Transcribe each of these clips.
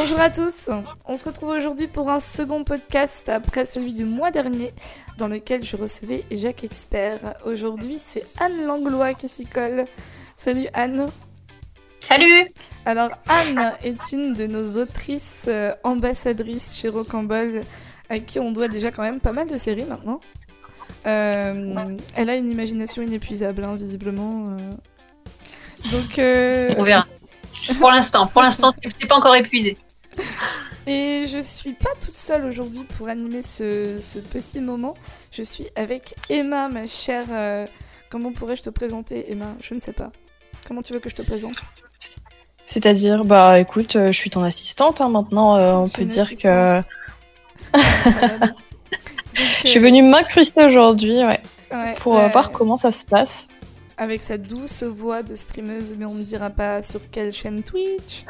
Bonjour à tous, on se retrouve aujourd'hui pour un second podcast après celui du mois dernier dans lequel je recevais Jacques Expert. Aujourd'hui c'est Anne Langlois qui s'y colle. Salut Anne. Salut. Alors Anne est une de nos autrices ambassadrices chez Rocambole à qui on doit déjà quand même pas mal de séries maintenant. Elle a une imagination inépuisable visiblement. Donc on verra. Pour l'instant, c'est pas encore épuisé. Et je suis pas toute seule aujourd'hui pour animer ce petit moment. Je suis avec Emma, ma chère. Comment pourrais-je te présenter, Emma? Je ne sais pas. Comment tu veux que je te présente? C'est-à-dire, écoute, je suis ton assistante maintenant. On peut dire que je suis venue m'incruster aujourd'hui, pour voir comment ça se passe. Avec sa douce voix de streameuse, mais on ne dira pas sur quelle chaîne Twitch.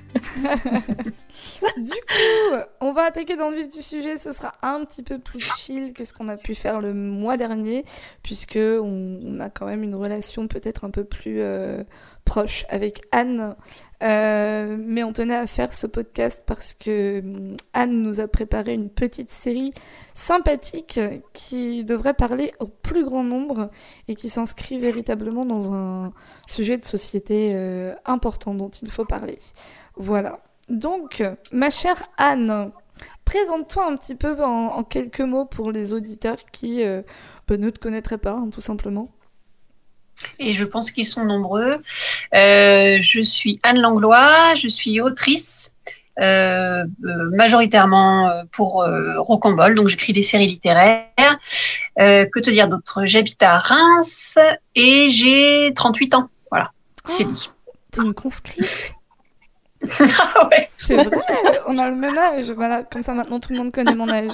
Du coup, on va attaquer dans le vif du sujet. Ce sera un petit peu plus chill que ce qu'on a pu faire le mois dernier, puisque on a quand même une relation peut-être un peu plus proche avec Anne. Mais on tenait à faire ce podcast parce que Anne nous a préparé une petite série sympathique qui devrait parler au plus grand nombre et qui s'inscrit véritablement dans un sujet de société important dont il faut parler. Voilà. Donc, ma chère Anne, présente-toi un petit peu en quelques mots pour les auditeurs qui ne te connaîtraient pas, tout simplement. Et je pense qu'ils sont nombreux. Je suis Anne Langlois, je suis autrice, majoritairement pour Rocambole, donc j'écris des séries littéraires. Que te dire d'autre? J'habite à Reims et j'ai 38 ans. Voilà, c'est dit. T'es une conscrite? Ah ouais. C'est vrai, on a le même âge. Voilà, comme ça maintenant tout le monde connaît mon âge.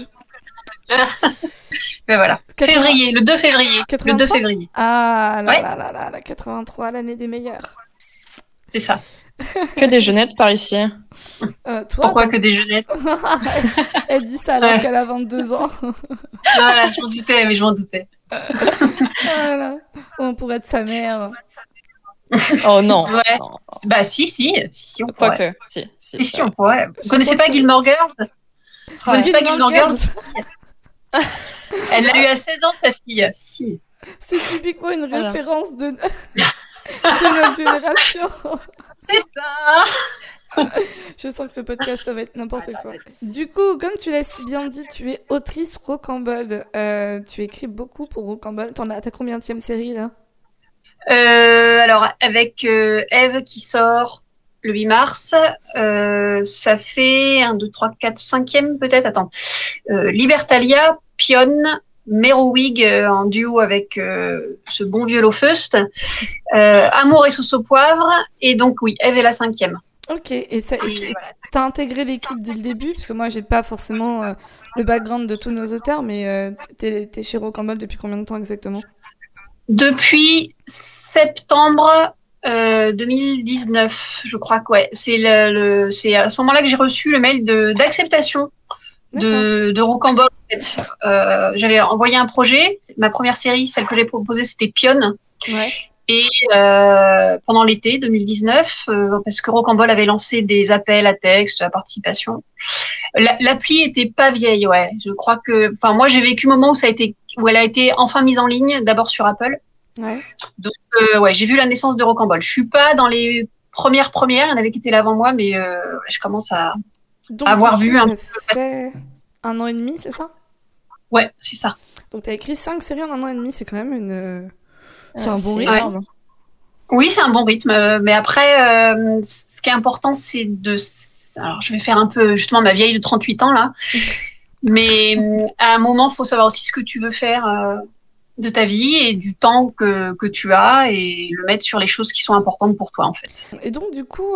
Ben voilà. Février, le 2 février. 83? Le 2 février. Ah là, la 83, l'année des meilleurs. C'est ça. Que des jeunettes par ici. Toi, pourquoi que des jeunettes? Elle dit ça alors qu'elle a 22 ans. Voilà, je m'en doutais, mais je m'en doutais. Voilà. On pourrait être sa mère. Oh non. Ouais. Non. Bah si, on pourrait. Quoique, si. On pourrait. Vous connaissez pas Gilmore Girls? Vous connaissez pas Gilmore Girls? Elle l'a eu à 16 ans, sa fille. Si. C'est typiquement une référence de notre génération. C'est ça. Je sens que ce podcast, ça va être n'importe quoi. Du coup, comme tu l'as si bien dit, tu es autrice Rocambole. Tu écris beaucoup pour Rocambole. T'as combienième série, là? Alors, avec Eve qui sort le 8 mars, ça fait 1, 2, 3, 4, 5e peut-être. Attends. Libertalia, Pionne, Merowig en duo avec ce bon vieux Lofeust, Amour et sauce au poivre, et donc oui, Eve est la 5e. Ok, et t'as intégré l'équipe dès le début? Parce que moi, j'ai pas forcément le background de tous nos auteurs, mais t'es chez Rocambole depuis combien de temps exactement? Depuis septembre 2019, je crois que ouais. C'est c'est à ce moment-là que j'ai reçu le mail d'acceptation de Rocambole. En fait. J'avais envoyé un projet. Ma première série, celle que j'ai proposée, c'était Pionne. Ouais. Et pendant l'été 2019, parce que Rocambole avait lancé des appels à texte, à participation. L'appli était pas vieille, ouais. Je crois que, enfin, moi, j'ai vécu le moment où elle a été enfin mise en ligne, d'abord sur Apple. Ouais. Donc, ouais, j'ai vu la naissance de Rocambole. Je suis pas dans les premières. Il y en avait qui étaient là avant moi, mais je commence à avoir vu un peu. Ça fait 1 an et demi, c'est ça? Ouais, c'est ça. Donc, t'as écrit 5 séries en 1 an et demi, c'est quand même c'est un bon rythme. Ouais. Oui, c'est un bon rythme. Mais après, ce qui est important, c'est alors, je vais faire un peu, justement, ma vieille de 38 ans, là. Mais à un moment, il faut savoir aussi ce que tu veux faire de ta vie et du temps que tu as et le mettre sur les choses qui sont importantes pour toi, en fait. Et donc, du coup,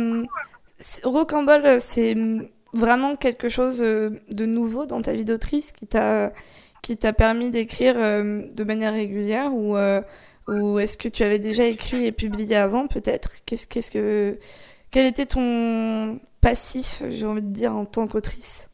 Rocambole, c'est vraiment quelque chose de nouveau dans ta vie d'autrice qui t'a permis d'écrire de manière régulière ou est-ce que tu avais déjà écrit et publié avant, peut-être? Quel était ton passif, j'ai envie de dire, en tant qu'autrice?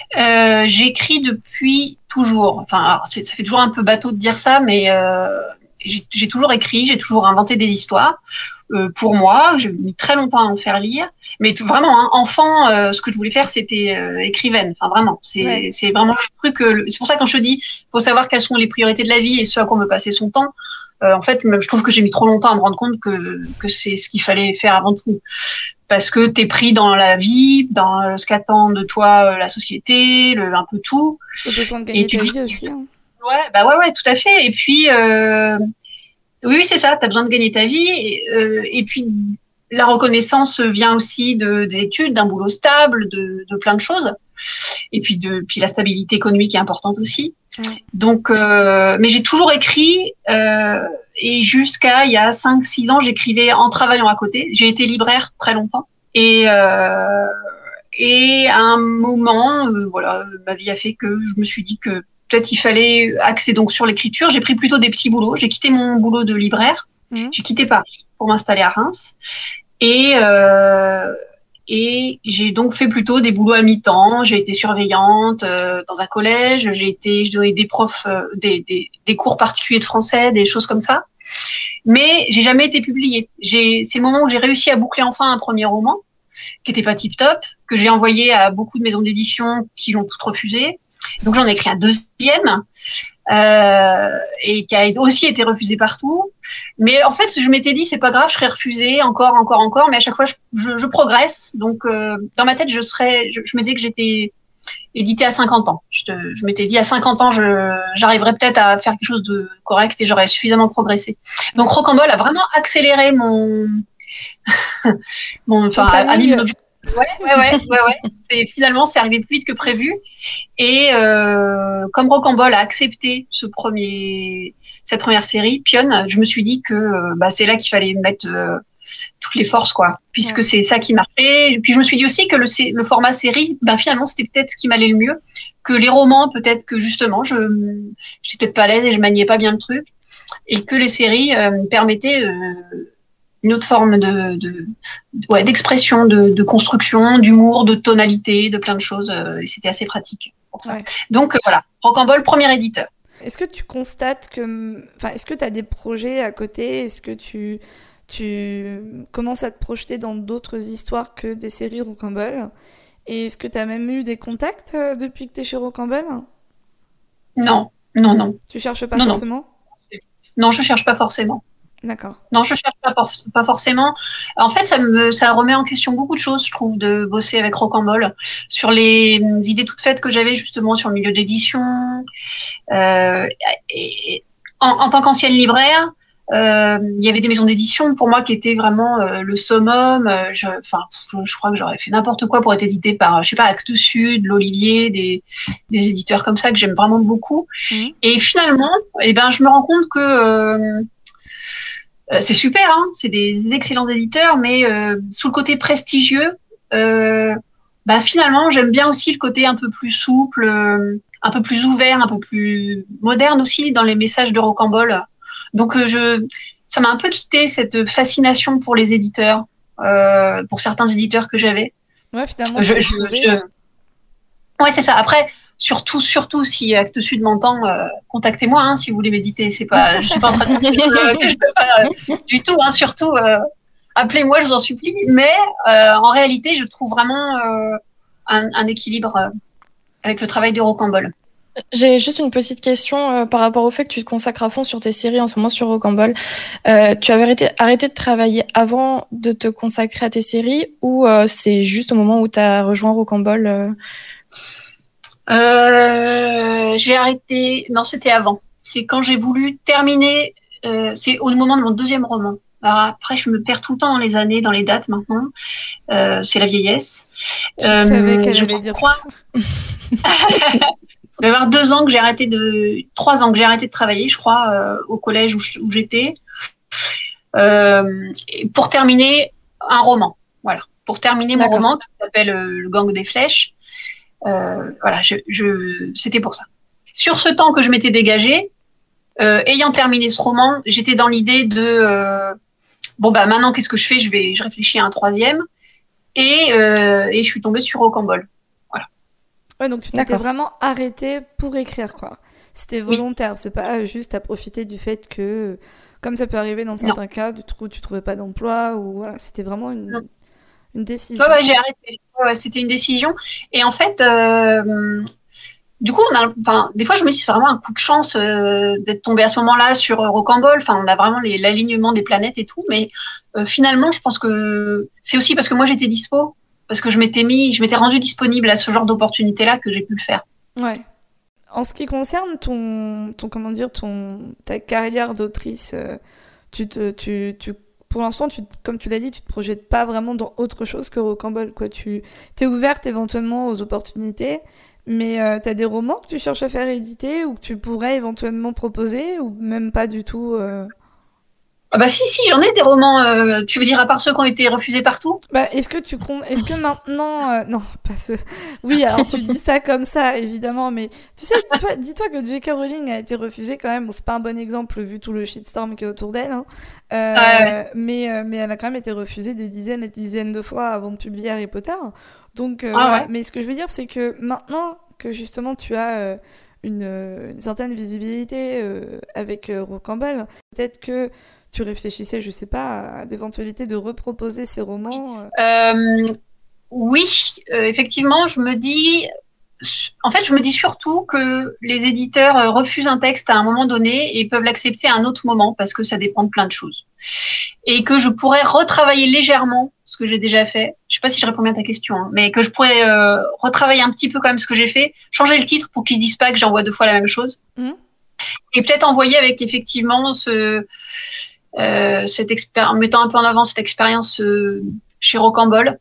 J'écris depuis toujours. Enfin, alors, ça fait toujours un peu bateau de dire ça, mais j'ai toujours écrit, j'ai toujours inventé des histoires pour moi. J'ai mis très longtemps à en faire lire, mais vraiment, hein, enfant, ce que je voulais faire, c'était écrivaine. Enfin, vraiment, c'est vraiment le truc. C'est pour ça que quand je te dis, faut savoir quelles sont les priorités de la vie et ce à quoi on veut passer son temps. En fait, je trouve que j'ai mis trop longtemps à me rendre compte que c'est ce qu'il fallait faire avant tout. Parce que t'es pris dans la vie, dans ce qu'attend de toi la société, un peu tout. Tu as besoin de gagner ta vie aussi. Hein. Ouais, tout à fait. Et puis, oui, c'est ça, t'as besoin de gagner ta vie. Et puis, la reconnaissance vient aussi des études, d'un boulot stable, de plein de choses. Et puis, la stabilité économique est importante aussi. Ouais. Donc, mais j'ai toujours écrit, et jusqu'à il y a 5-6 ans, j'écrivais en travaillant à côté. J'ai été libraire très longtemps. Et à un moment, voilà, ma vie a fait que je me suis dit que peut-être il fallait axer donc sur l'écriture. J'ai pris plutôt des petits boulots. J'ai quitté mon boulot de libraire. J'ai quitté Paris pour m'installer à Reims. Et j'ai donc fait plutôt des boulots à mi-temps. J'ai été surveillante dans un collège. Je donnais des profs, des cours particuliers de français, des choses comme ça. Mais j'ai jamais été publiée. C'est le moment où j'ai réussi à boucler enfin un premier roman, qui était pas tip-top, que j'ai envoyé à beaucoup de maisons d'édition qui l'ont toutes refusé. Donc j'en ai écrit un deuxième. Et qui a aussi été refusé partout. Mais en fait, je m'étais dit, c'est pas grave, je serai refusée encore, mais à chaque fois, je progresse. Donc, dans ma tête, je me disais que j'étais éditée à 50 ans. Je m'étais dit, à 50 ans, j'arriverais peut-être à faire quelque chose de correct et j'aurais suffisamment progressé. Donc, Rocambole a vraiment accéléré a mis mon objectif. Ouais. Finalement, c'est arrivé plus vite que prévu. Et comme Rocambole a accepté cette première série, Pionne, je me suis dit que c'est là qu'il fallait mettre toutes les forces, quoi, puisque c'est ça qui marchait. Et puis je me suis dit aussi que le format série, finalement, c'était peut-être ce qui m'allait le mieux. Que les romans, peut-être que justement, j'étais peut-être pas à l'aise et je maniais pas bien le truc, et que les séries me permettaient une autre forme d'expression, de construction, d'humour, de tonalité, de plein de choses. Et c'était assez pratique pour ça. Ouais. Donc voilà, Rocambole, premier éditeur. Est-ce que tu constates est-ce que tu as des projets à côté? Est-ce que tu commences à te projeter dans d'autres histoires que des séries Rocambole? Et est-ce que tu as même eu des contacts depuis que tu es chez Rocambole? Non. Tu cherches pas forcément? Non, je cherche pas forcément. D'accord. Non, je cherche pas forcément. En fait, ça remet en question beaucoup de choses, je trouve, de bosser avec Rocambole sur les idées toutes faites que j'avais justement sur le milieu de l'édition. Et en tant qu'ancienne libraire, il y avait des maisons d'édition pour moi qui étaient vraiment le summum. Je crois que j'aurais fait n'importe quoi pour être édité par, je sais pas, Actes Sud, l'Olivier, des éditeurs comme ça que j'aime vraiment beaucoup. Et finalement, je me rends compte que c'est super, hein, c'est des excellents éditeurs, mais sous le côté prestigieux, finalement, j'aime bien aussi le côté un peu plus souple, un peu plus ouvert, un peu plus moderne aussi dans les messages de Rocambole. Donc, ça m'a un peu quitté cette fascination pour les éditeurs, pour certains éditeurs que j'avais. Ouais, finalement. Ouais, c'est ça. Après, surtout, si Actes Sud m'entend, contactez-moi, hein, si vous voulez m'éditer. Je suis pas en train de dire que je peux pas du tout, hein, surtout, appelez-moi, je vous en supplie. Mais, en réalité, je trouve vraiment, un équilibre, avec le travail de Rocambole. J'ai juste une petite question par rapport au fait que tu te consacres à fond sur tes séries en ce moment sur Rocambole. Tu avais arrêté de travailler avant de te consacrer à tes séries ou c'est juste au moment où tu as rejoint Rocambole J'ai arrêté. Non, c'était avant. C'est quand j'ai voulu terminer. C'est au moment de mon deuxième roman. Alors après, je me perds tout le temps dans les années, dans les dates maintenant. C'est la vieillesse. Je savais qu'elle allait dire ça. Il va y avoir 3 ans que j'ai arrêté de travailler, je crois, au collège où j'étais, pour terminer un roman. Voilà, pour terminer mon roman qui s'appelle Le Gang des Flèches. Voilà, c'était pour ça. Sur ce temps que je m'étais dégagé, ayant terminé ce roman, j'étais dans l'idée de maintenant qu'est-ce que je fais? Je réfléchis à un troisième, et je suis tombée sur Rocambole. Ouais, donc tu t'étais vraiment arrêtée pour écrire, quoi. c'était volontaire. C'est pas juste à profiter du fait que, comme ça peut arriver dans certains cas, tu trouvais pas d'emploi ou voilà, c'était vraiment une décision. Ouais, j'ai arrêté. Ouais, c'était une décision. Et en fait, du coup, des fois, je me dis c'est vraiment un coup de chance d'être tombé à ce moment-là sur Rocambole. Enfin, on a vraiment l'alignement des planètes et tout. Mais finalement, je pense que c'est aussi parce que moi, j'étais dispo, parce que je m'étais rendue disponible à ce genre d'opportunité-là que j'ai pu le faire. Ouais. En ce qui concerne ta carrière d'autrice, pour l'instant, comme tu l'as dit, tu te projettes pas vraiment dans autre chose que Rocambole, quoi. Tu t'es ouverte éventuellement aux opportunités, mais t'as des romans que tu cherches à faire éditer ou que tu pourrais éventuellement proposer ou même pas du tout Ah bah si, j'en ai des romans. Tu veux dire à part ceux qui ont été refusés partout? Bah, est-ce que maintenant, non, pas ceux. Oui, alors tu dis ça comme ça, évidemment, mais tu sais, dis-toi que J.K. Rowling a été refusée quand même. Bon, c'est pas un bon exemple vu tout le shitstorm qui est autour d'elle, hein. Ouais. Mais elle a quand même été refusée des dizaines et des dizaines de fois avant de publier Harry Potter. Donc, Ouais. mais ce que je veux dire, c'est que maintenant que justement tu as une certaine visibilité avec Rocambole, peut-être que tu réfléchissais, je sais pas, à l'éventualité de reproposer ces romans Oui, effectivement, je me dis surtout que les éditeurs refusent un texte à un moment donné et peuvent l'accepter à un autre moment parce que ça dépend de plein de choses. Et que je pourrais retravailler légèrement ce que j'ai déjà fait. Je sais pas si je réponds bien à ta question, hein, mais que je pourrais retravailler un petit peu quand même ce que j'ai fait, changer le titre pour qu'ils se disent pas que j'envoie 2 fois la même chose. Et peut-être envoyer avec effectivement en mettant un peu en avant cette expérience chez Rocambole.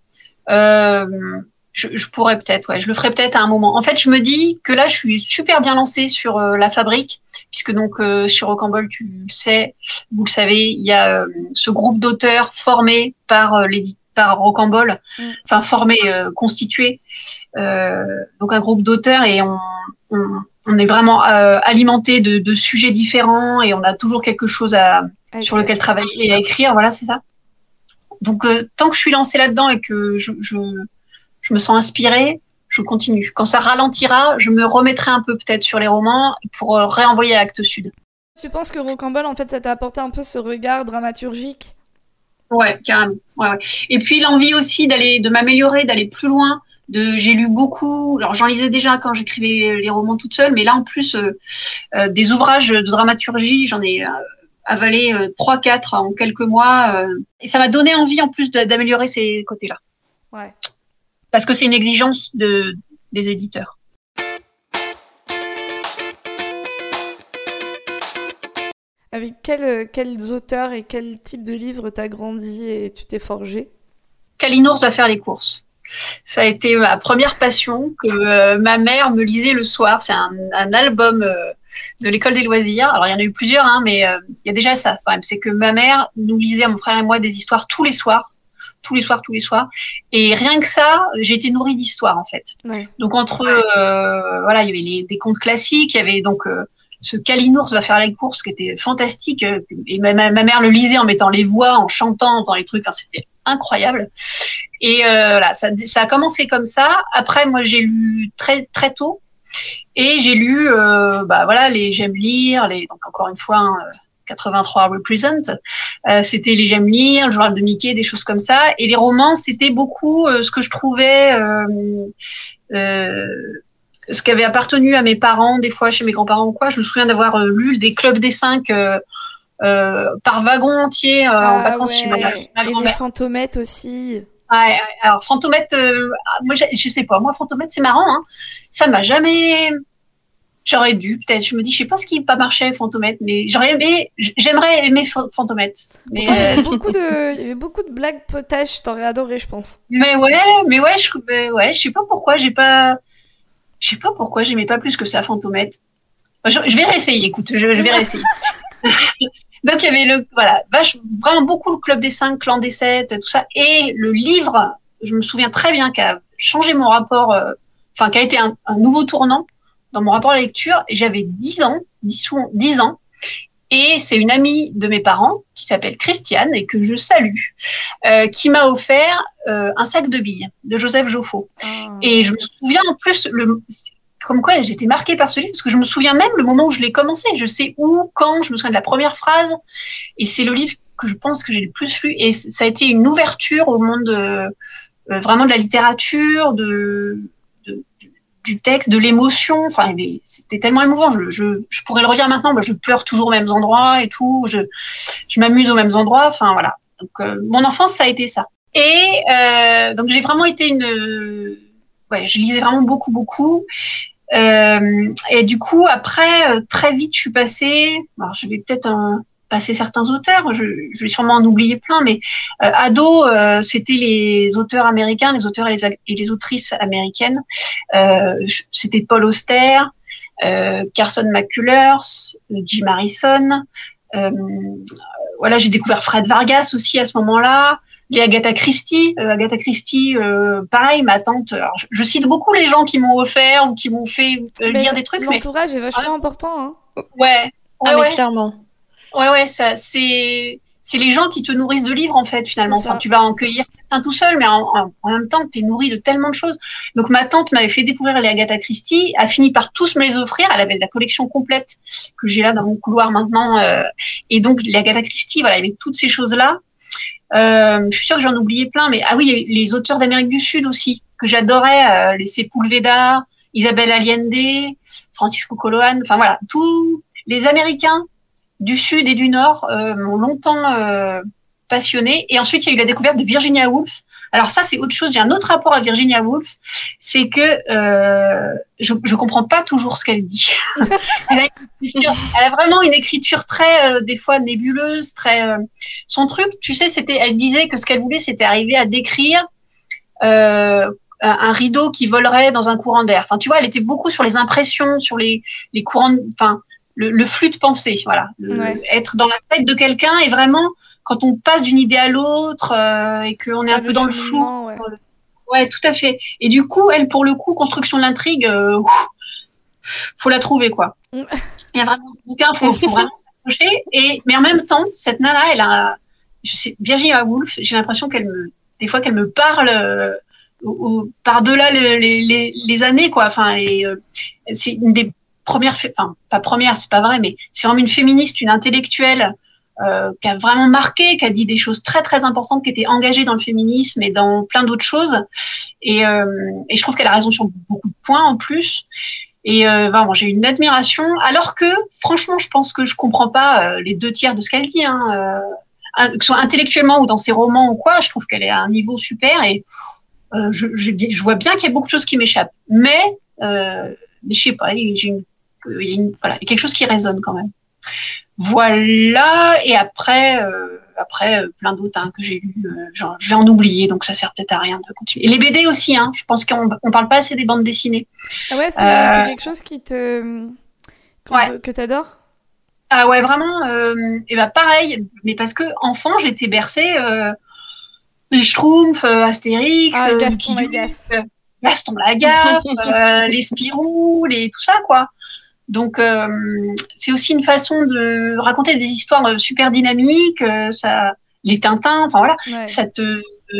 Je pourrais peut-être, ouais, je le ferai peut-être à un moment. En fait, je me dis que là, je suis super bien lancée sur la fabrique, puisque donc chez Rocambole, vous le savez, il y a ce groupe d'auteurs formés par Rocambole, enfin formés, constitués, donc un groupe d'auteurs et on est vraiment alimenté de sujets différents et on a toujours quelque chose sur lequel travailler et à écrire, voilà, c'est ça. Donc tant que je suis lancée là-dedans et que je me sens inspirée, je continue. Quand ça ralentira, je me remettrai un peu peut-être sur les romans pour réenvoyer à Actes Sud. Tu penses que Rocambole, en fait, ça t'a apporté un peu ce regard dramaturgique? Ouais, carrément. Ouais. Et puis l'envie aussi de m'améliorer, d'aller plus loin. J'ai lu beaucoup. Alors j'en lisais déjà quand j'écrivais les romans toute seule, mais là en plus des ouvrages de dramaturgie, j'en ai avalé 3-4 en quelques mois, et ça m'a donné envie en plus d'améliorer ces côtés-là. Ouais. Parce que c'est une exigence des éditeurs. Avec quels auteurs et quel type de livres t'as grandi et tu t'es forgé? Kalinours va faire les courses. Ça a été ma première passion que ma mère me lisait le soir. C'est un album de l'école des loisirs. Alors il y en a eu plusieurs, hein, mais il y a déjà ça quand même. C'est que ma mère nous lisait à mon frère et moi des histoires tous les soirs. Et rien que ça, j'ai été nourrie d'histoires en fait. Ouais. Donc entre voilà, il y avait des contes classiques, il y avait donc ce Kalinours va faire les courses qui était fantastique, et ma mère le lisait en mettant les voix, en chantant dans les trucs, enfin, c'était incroyable. Et voilà, ça a commencé comme ça. Après, moi, j'ai lu très très tôt, et j'ai lu voilà, j'aime lire, donc encore une fois. 83 Represent, c'était les J'aime lire, le journal de Mickey, des choses comme ça. Et les romans, c'était beaucoup ce que je trouvais, ce qui avait appartenu à mes parents, des fois chez mes grands-parents ou quoi. Je me souviens d'avoir lu des clubs des 5 par wagon entier en vacances chez ma grand-mère. Et les Fantomettes aussi. Ouais, alors Fantomette, moi je sais pas, moi Fantomette c'est marrant, hein. Ça m'a jamais. J'aurais dû, peut-être. Je me dis, je sais pas ce qui pas marché avec Fantomette, mais j'aimerais aimer Fantomette. Mais il y avait beaucoup de blagues potaches, t'aurais adoré, je pense. Mais ouais, je sais pas pourquoi j'aimais pas plus que ça Fantomette. Je vais réessayer, écoute, je vais réessayer. Donc il y avait vraiment beaucoup le Club des 5, Clan des 7, tout ça, et le livre, je me souviens très bien qui a changé mon rapport, qui a été un nouveau tournant dans mon rapport à la lecture. J'avais 10 ans, et c'est une amie de mes parents qui s'appelle Christiane et que je salue, qui m'a offert un sac de billes de Joseph Joffo. Et je me souviens en plus comme quoi j'étais marquée par ce livre, parce que je me souviens même le moment où je l'ai commencé. Je sais où, quand, je me souviens de la première phrase. Et c'est le livre que je pense que j'ai le plus lu. Et ça a été une ouverture au monde vraiment de la littérature, du texte, de l'émotion. Enfin, c'était tellement émouvant. Je pourrais le relire maintenant. Je pleure toujours aux mêmes endroits et tout. Je m'amuse aux mêmes endroits. Enfin, voilà. Donc, mon enfance, ça a été ça. Et donc, j'ai vraiment été je lisais vraiment beaucoup, beaucoup. Et du coup, après, très vite, je suis passée. Alors, je vais peut-être passer certains auteurs. Je vais sûrement en oublier plein, mais ado, c'était les auteurs américains, les auteurs et les autrices américaines. C'était Paul Auster, Carson McCullers, Jim Harrison. Voilà, j'ai découvert Fred Vargas aussi à ce moment-là. Les Agatha Christie. Pareil, ma tante. Alors, je cite beaucoup les gens qui m'ont offert ou qui m'ont fait lire des trucs. L'entourage est vachement important. Hein. Ouais. Mais clairement. Ouais, ça, c'est les gens qui te nourrissent de livres, en fait, finalement. Enfin, tu vas en cueillir certains tout seul, mais en même temps, tu es nourri de tellement de choses. Donc, ma tante m'avait fait découvrir les Agatha Christie, a fini par tous me les offrir. Elle avait la collection complète que j'ai là dans mon couloir maintenant. Et donc, les Agatha Christie, voilà, il y avait toutes ces choses-là. Je suis sûre que j'en oubliais plein, mais il y avait les auteurs d'Amérique du Sud aussi, que j'adorais, les Sepúlveda, Isabelle Allende, Francisco Coloane, enfin voilà, tous les Américains du Sud et du Nord m'ont longtemps passionnée. Et ensuite, il y a eu la découverte de Virginia Woolf. Alors ça, c'est autre chose. J'ai un autre rapport à Virginia Woolf, c'est que je comprends pas toujours ce qu'elle dit. Elle a vraiment une écriture très, des fois, nébuleuse, très. Son truc, tu sais, elle disait que ce qu'elle voulait, c'était arriver à décrire un rideau qui volerait dans un courant d'air. Enfin, tu vois, elle était beaucoup sur les impressions, sur les courants. Enfin, le flux de pensée, voilà. Être dans la tête de quelqu'un et vraiment, quand on passe d'une idée à l'autre et qu'on est un peu dans le flou. Ouais, tout à fait. Et du coup, elle, pour le coup, construction de l'intrigue, faut la trouver, quoi. Il y a vraiment des bouquins, faut vraiment s'accrocher. Mais en même temps, cette nana, Virginia Woolf, j'ai l'impression des fois qu'elle me parle par-delà les années, quoi. Enfin, c'est une des première, enfin pas première, c'est pas vrai, mais c'est vraiment une féministe, une intellectuelle qui a vraiment marqué, qui a dit des choses très très importantes, qui était engagée dans le féminisme et dans plein d'autres choses. Et je trouve qu'elle a raison sur beaucoup de points en plus. Et vraiment, j'ai une admiration. Alors que, franchement, je pense que je comprends pas les 2/3 de ce qu'elle dit, hein, que ce soit intellectuellement ou dans ses romans ou quoi. Je trouve qu'elle est à un niveau super et je vois bien qu'il y a beaucoup de choses qui m'échappent. Mais je sais pas, il y a quelque chose qui résonne quand même. Voilà. Et après plein d'autres que j'ai lus, je vais en oublier, donc ça sert peut-être à rien de continuer. Et les BD aussi, je pense qu'on parle pas assez des bandes dessinées. Ah ouais, c'est quelque chose que t'adores? Ah ouais, vraiment. Et pareil, mais parce que enfant, j'étais bercée les Schtroumpfs, Astérix, Gaston Lagaffe, les Spirou, tout ça, quoi. Donc, c'est aussi une façon de raconter des histoires super dynamiques, les Tintins, enfin voilà, ça te...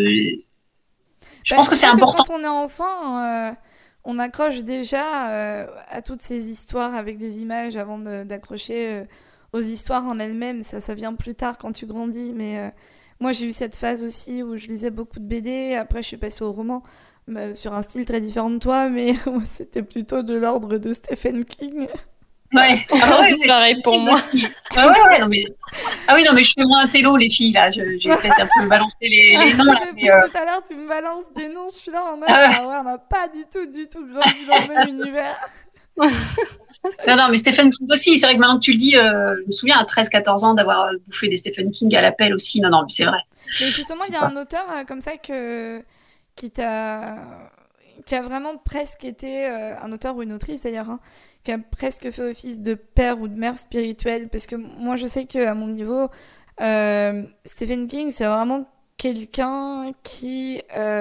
je pense que c'est important. Quand on est enfant, on accroche déjà à toutes ces histoires avec des images avant d'accrocher aux histoires en elles-mêmes. Ça vient plus tard quand tu grandis, mais moi j'ai eu cette phase aussi où je lisais beaucoup de BD, après je suis passée au roman. Sur un style très différent de toi, mais c'était plutôt de l'ordre de Stephen King. Ouais, pareil pour moi. Ouais, non mais... Ah oui, non mais je fais moins un télo, les filles, là. J'ai peut-être un peu balancé les noms, là. Mais, tout à l'heure, tu me balances des noms, je suis là en mode, on n'a pas du tout grandi dans le même univers. Non, mais Stephen King aussi, c'est vrai que maintenant que tu le dis, je me souviens à 13-14 ans d'avoir bouffé des Stephen King à l'appel aussi. Non, mais c'est vrai. Mais justement, il y a un auteur comme ça qui a vraiment presque été un auteur ou une autrice d'ailleurs, qui a presque fait office de père ou de mère spirituelle, parce que moi je sais qu'à mon niveau Stephen King c'est vraiment quelqu'un qui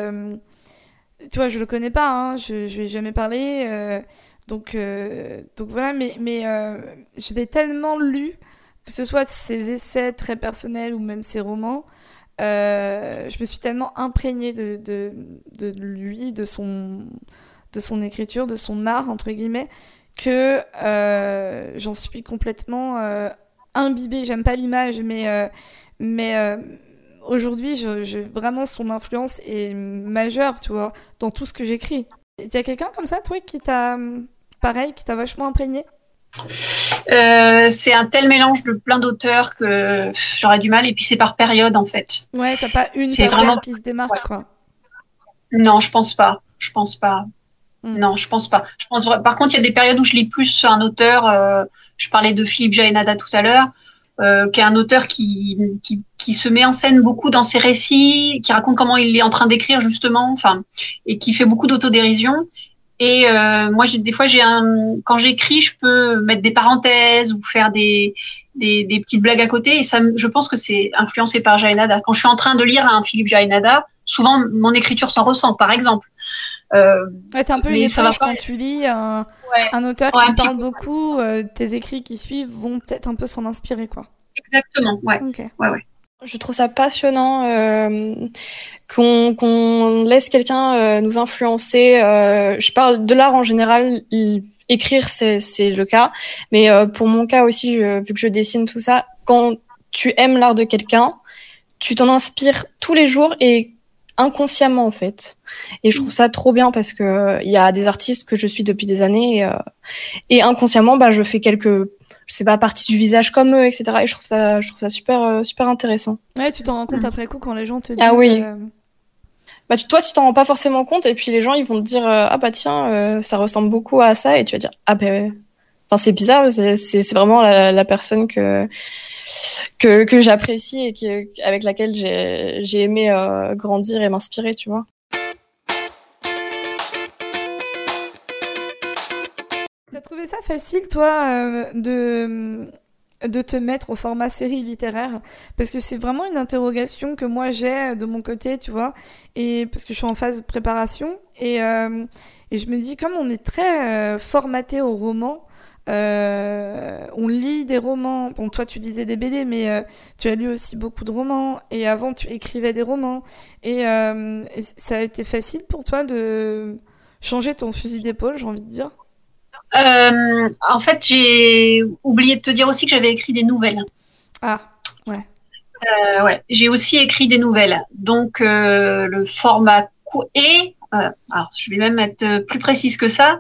tu vois, je le connais pas, je lui ai jamais parlé, donc voilà, mais je l'ai tellement lu, que ce soit ses essais très personnels ou même ses romans. Je me suis tellement imprégnée de lui, de de son écriture, de son art, entre guillemets, que j'en suis complètement imbibée. J'aime pas l'image, mais aujourd'hui, vraiment, son influence est majeure, tu vois, dans tout ce que j'écris. Il y a quelqu'un comme ça, toi, qui t'a vachement imprégné? C'est un tel mélange de plein d'auteurs que j'aurais du mal. Et puis c'est par période, en fait. Ouais, t'as pas une C'est personne vraiment... qui se démarque, quoi. Non, je pense pas. Non, je pense pas. Par contre, il y a des périodes où je lis plus un auteur. Je parlais de Philippe Jaénada tout à l'heure, qui est un auteur qui se met en scène beaucoup dans ses récits, qui raconte comment il est en train d'écrire justement, enfin, et qui fait beaucoup d'autodérision. Et moi, des fois, quand j'écris, je peux mettre des parenthèses ou faire des petites blagues à côté. Et ça, je pense que c'est influencé par Jaénada. Quand je suis en train de lire un Philippe Jaénada, souvent mon écriture s'en ressent, par exemple. Ouais, t'es un peu une éponge quand tu lis un auteur qui parle beaucoup. Tes écrits qui suivent vont peut-être un peu s'en inspirer, quoi. Exactement, ouais. Okay. Ouais. Je trouve ça passionnant qu'on laisse quelqu'un nous influencer. Je parle de l'art en général. Écrire, c'est le cas. Mais pour mon cas aussi, vu que je dessine tout ça, quand tu aimes l'art de quelqu'un, tu t'en inspires tous les jours et inconsciemment, en fait. Et je trouve ça trop bien parce que il y a des artistes que je suis depuis des années et inconsciemment, je fais quelques... je sais pas, partie du visage comme eux, etc. Et je trouve ça super intéressant. Ouais, tu t'en rends compte après coup quand les gens te disent... Ah oui. Toi, tu t'en rends pas forcément compte, et puis les gens, ils vont te dire ah bah tiens, ça ressemble beaucoup à ça, et tu vas dire ah ben... Enfin, c'est bizarre, c'est vraiment la personne que j'apprécie et avec laquelle j'ai aimé grandir et m'inspirer, tu vois. T'as trouvé ça facile, toi, de te mettre au format série littéraire? Parce que c'est vraiment une interrogation que moi j'ai de mon côté, tu vois, et parce que je suis en phase de préparation, et je me dis, comme on est très formaté au roman, on lit des romans. Bon, toi tu lisais des BD, mais tu as lu aussi beaucoup de romans, et avant tu écrivais des romans, et ça a été facile pour toi de changer ton fusil d'épaule, j'ai envie de dire? En fait, j'ai oublié de te dire aussi que j'avais écrit des nouvelles. Ah, ouais. Ouais, j'ai aussi écrit des nouvelles. Donc, le format court et alors, je vais même être plus précise que ça.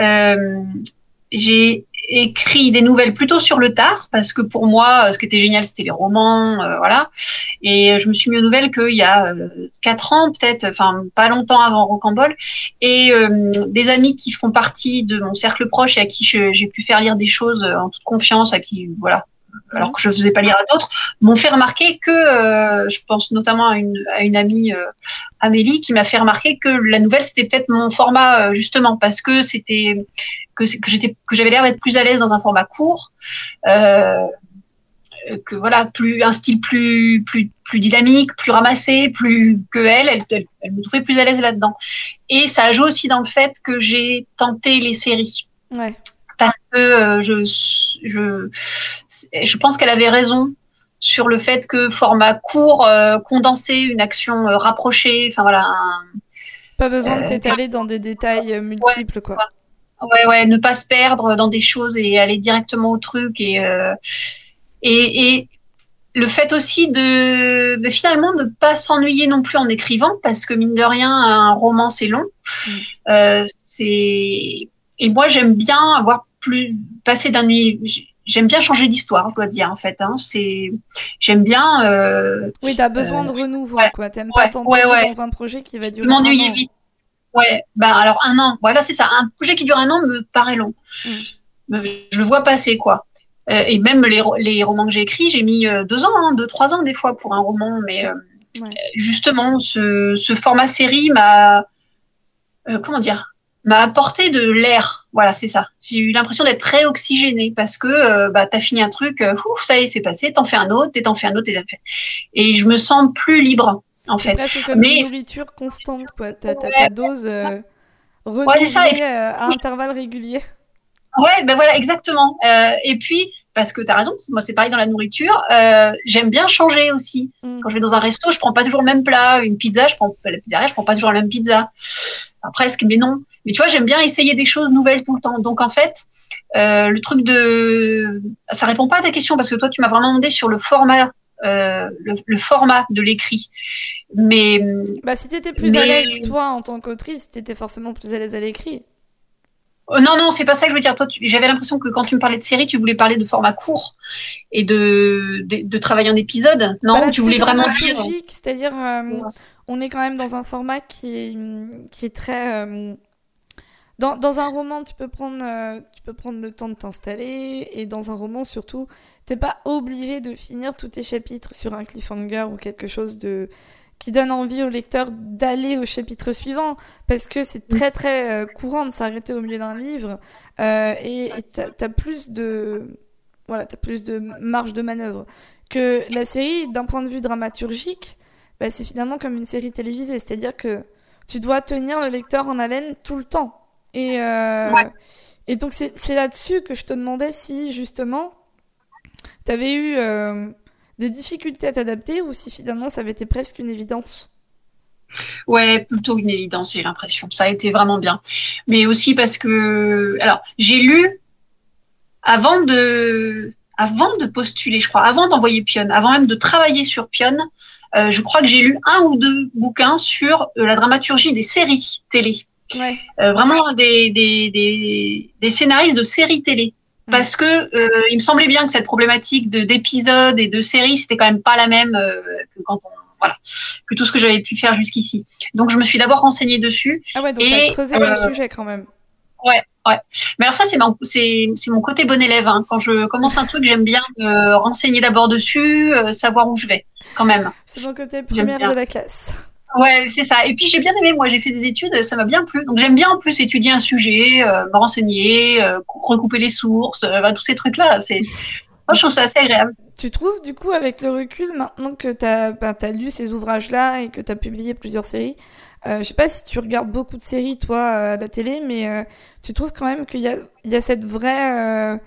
J'ai écrit des nouvelles plutôt sur le tard parce que pour moi, ce qui était génial, c'était les romans, voilà. Et je me suis mis aux nouvelles qu'il y a 4 ans, peut-être, enfin pas longtemps avant Rocambole. Et des amis qui font partie de mon cercle proche et à qui j'ai pu faire lire des choses en toute confiance, à qui, voilà, alors que je faisais pas lire à d'autres, m'ont fait remarquer que, je pense notamment à une amie, Amélie, qui m'a fait remarquer que la nouvelle, c'était peut-être mon format, justement, parce que c'était que j'avais l'air d'être plus à l'aise dans un format court, que voilà, un style plus dynamique, plus ramassé, plus que elle me trouvait plus à l'aise là-dedans. Et ça joue aussi dans le fait que j'ai tenté les séries. Ouais. Parce que je pense qu'elle avait raison sur le fait que format court, condenser une action rapprochée, enfin voilà. Pas besoin de t'étaler dans des détails multiples, quoi. Ouais, ne pas se perdre dans des choses et aller directement au truc et le fait aussi de finalement ne pas s'ennuyer non plus en écrivant, parce que mine de rien, un roman c'est long. Et moi j'aime bien passer d'un j'aime bien changer d'histoire, je dois dire, en fait. J'aime bien. Oui, t'as besoin de renouveau, quoi. T'aimes pas t'enterrer dans un projet qui va durer m'ennuyer vite. Ouais, alors 1 an. Voilà, c'est ça. Un projet qui dure 1 an me paraît long. Je le vois passer, quoi. Et même les romans que j'ai écrits, j'ai mis 2 ans, 2-3 ans des fois pour un roman. Mais justement, ce format série m'a apporté de l'air. Voilà, c'est ça. J'ai eu l'impression d'être très oxygénée parce que t'as fini un truc, ça y est, c'est passé, t'en fais un autre, et t'en fais un autre, et je me sens plus libre, en fait. C'est presque comme une nourriture constante, quoi. T'as ta dose renouvelée à intervalles réguliers. Ouais, ben voilà, exactement. Et puis, parce que t'as raison, moi c'est pareil dans la nourriture, j'aime bien changer aussi. Quand je vais dans un resto, je prends pas toujours le même plat. Une pizza, la pizzeria, je prends pas toujours la même pizza. Enfin, presque, mais non. Mais tu vois, j'aime bien essayer des choses nouvelles tout le temps. Donc en fait, le truc ça répond pas à ta question parce que toi, tu m'as vraiment demandé sur le format. Le format de l'écrit. Mais si t'étais plus à l'aise, toi, en tant qu'autrice, t'étais forcément plus à l'aise à l'écrit. Non, c'est pas ça que je veux dire. Toi, j'avais l'impression que quand tu me parlais de série, tu voulais parler de format court et de travail en épisode. Non, là, tu voulais vraiment dire. C'est-à-dire, on est quand même dans un format qui est très. Dans un roman, tu peux prendre le temps de t'installer, et dans un roman, surtout, t'es pas obligé de finir tous tes chapitres sur un cliffhanger ou quelque chose qui donne envie au lecteur d'aller au chapitre suivant, parce que c'est très très courant de s'arrêter au milieu d'un livre, et t'as plus de marge de manœuvre. Que la série, d'un point de vue dramaturgique, c'est finalement comme une série télévisée, c'est-à-dire que tu dois tenir le lecteur en haleine tout le temps. Et donc c'est là-dessus que je te demandais si justement t'avais eu des difficultés à t'adapter, ou si finalement ça avait été presque une évidence. Ouais, plutôt une évidence, j'ai l'impression. Ça a été vraiment bien. Mais aussi parce que, alors, j'ai lu avant de postuler, je crois, avant d'envoyer Pionne, avant même de travailler sur Pionne, je crois que j'ai lu 1 ou 2 bouquins sur la dramaturgie des séries télé. Ouais. Vraiment des scénaristes de séries télé. Parce que il me semblait bien que cette problématique d'épisodes et de séries, c'était quand même pas la même que tout ce que j'avais pu faire jusqu'ici. Donc je me suis d'abord renseignée dessus. Ah ouais, donc t'as creusé ton sujet quand même. Ouais. Mais alors ça, c'est mon côté bon élève. Hein. Quand je commence un truc, j'aime bien me renseigner d'abord dessus, savoir où je vais, quand même. C'est mon côté première de la classe. Ouais, c'est ça. Et puis j'ai bien aimé, moi j'ai fait des études, ça m'a bien plu. Donc j'aime bien en plus étudier un sujet, me renseigner, recouper les sources, tous ces trucs-là. Moi je trouve ça assez agréable. Tu trouves du coup avec le recul, maintenant que t'as lu ces ouvrages-là et que t'as publié plusieurs séries, je sais pas si tu regardes beaucoup de séries toi à la télé, mais tu trouves quand même qu'il y a cette vraie